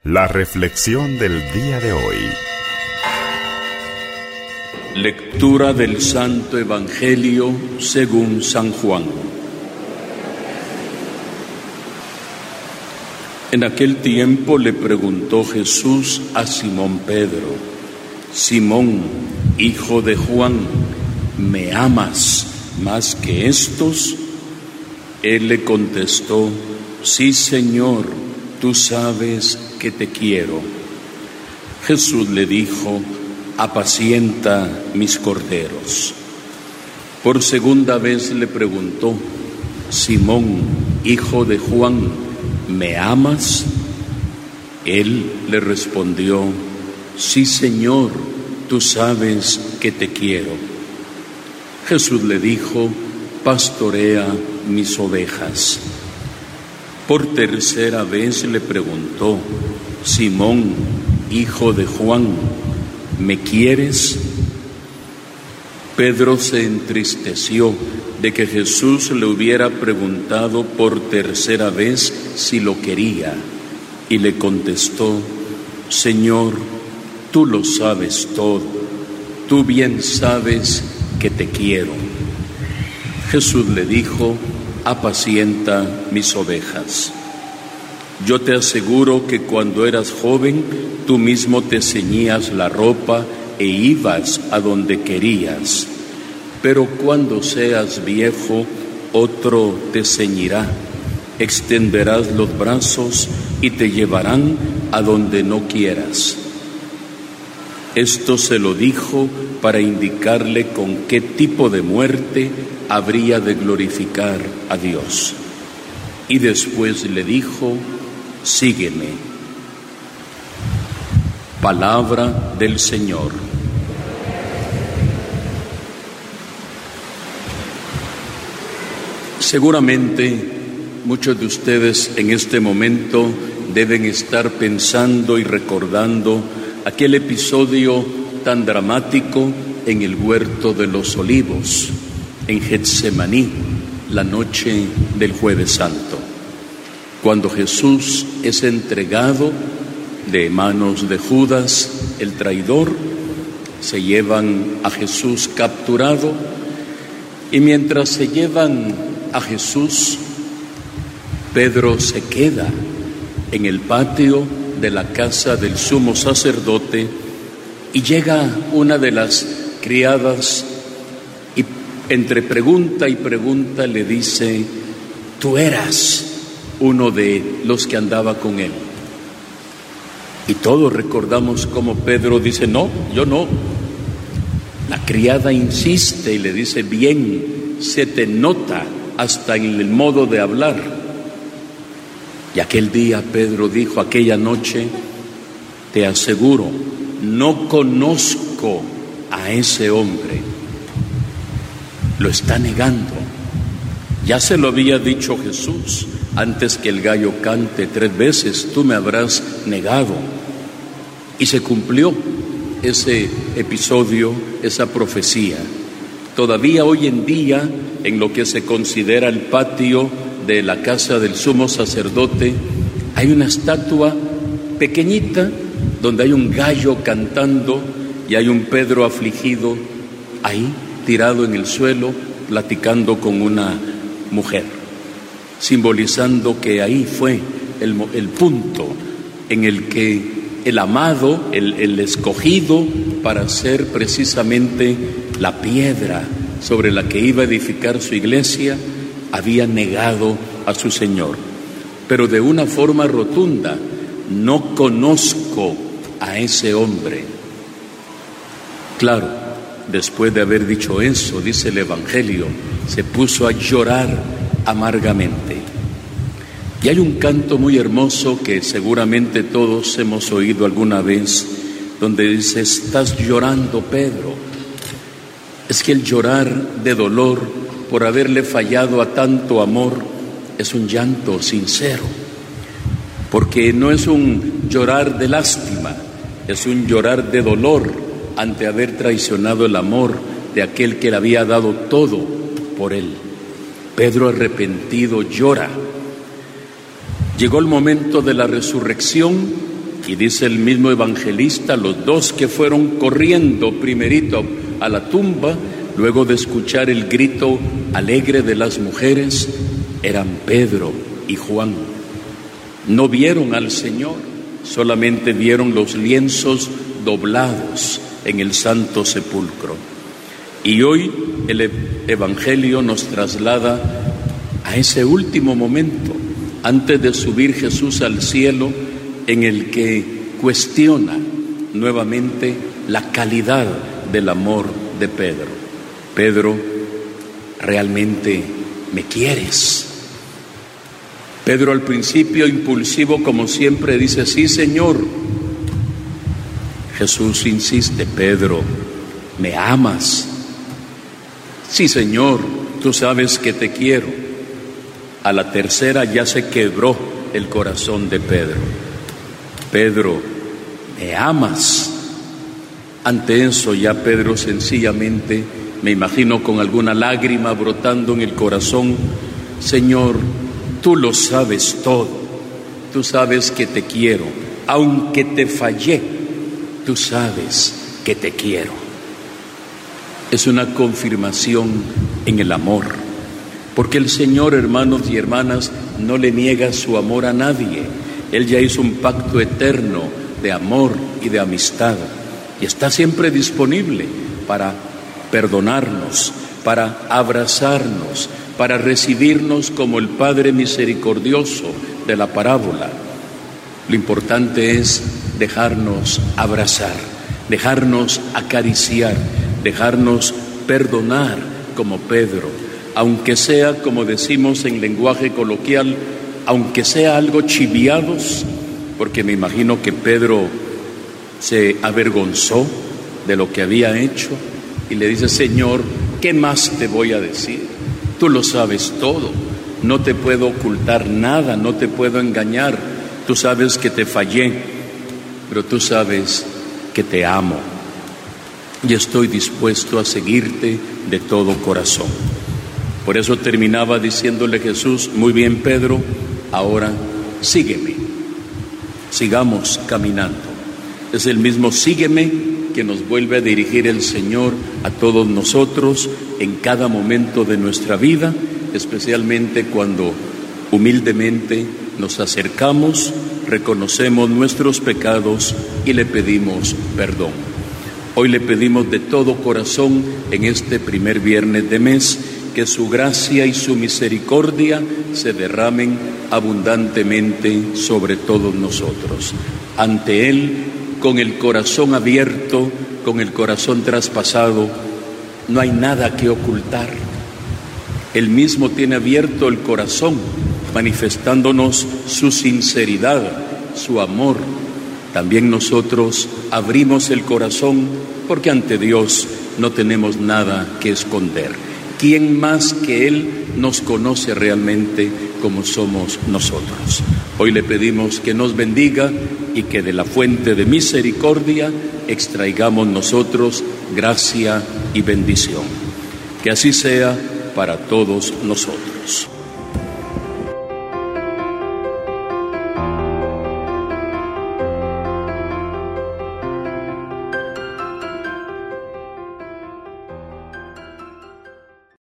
La reflexión del día de hoy. Lectura del Santo Evangelio según San Juan. En aquel tiempo le preguntó Jesús a Simón Pedro: Simón, hijo de Juan, ¿me amas más que estos? Él le contestó: Sí, Señor, tú sabes que te quiero. Jesús le dijo: apacienta mis corderos. Por segunda vez le preguntó: Simón, hijo de Juan, ¿me amas? Él le respondió: Sí, Señor, tú sabes que te quiero. Jesús le dijo: pastorea mis ovejas. Por tercera vez le preguntó: Simón, hijo de Juan, ¿me quieres? Pedro se entristeció de que Jesús le hubiera preguntado por tercera vez si lo quería, y le contestó: Señor, tú lo sabes todo, tú bien sabes que te quiero. Jesús le dijo: apacienta mis ovejas. Yo te aseguro que cuando eras joven, tú mismo te ceñías la ropa e ibas a donde querías. Pero cuando seas viejo, otro te ceñirá, extenderás los brazos y te llevarán a donde no quieras. Esto se lo dijo para indicarle con qué tipo de muerte habría de glorificar a Dios. Y después le dijo: sígueme. Palabra del Señor. Seguramente muchos de ustedes en este momento deben estar pensando y recordando aquel episodio tan dramático en el huerto de los Olivos, en Getsemaní, la noche del Jueves Santo, cuando Jesús es entregado de manos de Judas, el traidor. Se llevan a Jesús capturado, y mientras se llevan a Jesús, Pedro se queda en el patio de la casa del sumo sacerdote, y llega una de las criadas y entre pregunta y pregunta le dice: tú eras uno de los que andaba con él. Y todos recordamos cómo Pedro dice: no, yo no. La criada insiste y le dice: bien, se te nota hasta en el modo de hablar. Y aquel día Pedro dijo, aquella noche: te aseguro, no conozco a ese hombre. Lo está negando. Ya se lo había dicho Jesús: antes que el gallo cante 3 veces, tú me habrás negado. Y se cumplió ese episodio, esa profecía. Todavía hoy en día, en lo que se considera el patio de la casa del sumo sacerdote, hay una estatua pequeñita donde hay un gallo cantando y hay un Pedro afligido ahí, tirado en el suelo, platicando con una mujer, simbolizando que ahí fue el punto en el que el amado, el escogido para ser precisamente la piedra sobre la que iba a edificar su iglesia, había negado a su Señor, pero de una forma rotunda: no conozco a ese hombre. Claro, después de haber dicho eso, dice el Evangelio, se puso a llorar amargamente. Y hay un canto muy hermoso que seguramente todos hemos oído alguna vez, donde dice: estás llorando, Pedro. Es que el llorar de dolor por haberle fallado a tanto amor es un llanto sincero, porque no es un llorar de lástima, es un llorar de dolor ante haber traicionado el amor de aquel que le había dado todo por él. Pedro, arrepentido, llora. Llegó el momento de la resurrección Y dice el mismo evangelista, los dos que fueron corriendo primerito a la tumba, luego de escuchar el grito alegre de las mujeres, eran Pedro y Juan. No vieron al Señor, solamente vieron los lienzos doblados en el Santo Sepulcro. Y hoy el Evangelio nos traslada a ese último momento, antes de subir Jesús al cielo, en el que cuestiona nuevamente la calidad del amor de Pedro. Pedro, ¿realmente me quieres? Pedro al principio, impulsivo como siempre, dice, sí, Señor. Jesús insiste, Pedro, ¿me amas? Sí, Señor, tú sabes que te quiero. A la tercera ya se quebró el corazón de Pedro. Pedro, ¿me amas? Ante eso ya Pedro sencillamente, me imagino con alguna lágrima brotando en el corazón, Señor, tú lo sabes todo, tú sabes que te quiero, aunque te fallé, tú sabes que te quiero. Es una confirmación en el amor, porque el Señor, hermanos y hermanas, no le niega su amor a nadie. Él ya hizo un pacto eterno de amor y de amistad y está siempre disponible para perdonarnos, para abrazarnos, para recibirnos como el Padre misericordioso de la parábola. Lo importante es dejarnos abrazar, dejarnos acariciar, dejarnos perdonar como Pedro, aunque sea, como decimos en lenguaje coloquial, aunque sea algo chiviados, porque me imagino que Pedro se avergonzó de lo que había hecho y le dice, Señor, ¿qué más te voy a decir? Tú lo sabes todo, no te puedo ocultar nada, no te puedo engañar, tú sabes que te fallé, pero tú sabes que te amo y estoy dispuesto a seguirte de todo corazón. Por eso terminaba diciéndole Jesús, muy bien Pedro, ahora sígueme, sigamos caminando. Es el mismo sígueme que nos vuelve a dirigir el Señor a todos nosotros en cada momento de nuestra vida, especialmente cuando humildemente nos acercamos, reconocemos nuestros pecados y le pedimos perdón. Hoy le pedimos de todo corazón en este primer viernes de mes que su gracia y su misericordia se derramen abundantemente sobre todos nosotros. Ante Él, con el corazón abierto, con el corazón traspasado, no hay nada que ocultar. Él mismo tiene abierto el corazón, manifestándonos su sinceridad, su amor. También nosotros abrimos el corazón porque ante Dios no tenemos nada que esconder. ¿Quién más que Él nos conoce realmente como somos nosotros? Hoy le pedimos que nos bendiga y que de la fuente de misericordia extraigamos nosotros gracia y bendición. Que así sea para todos nosotros.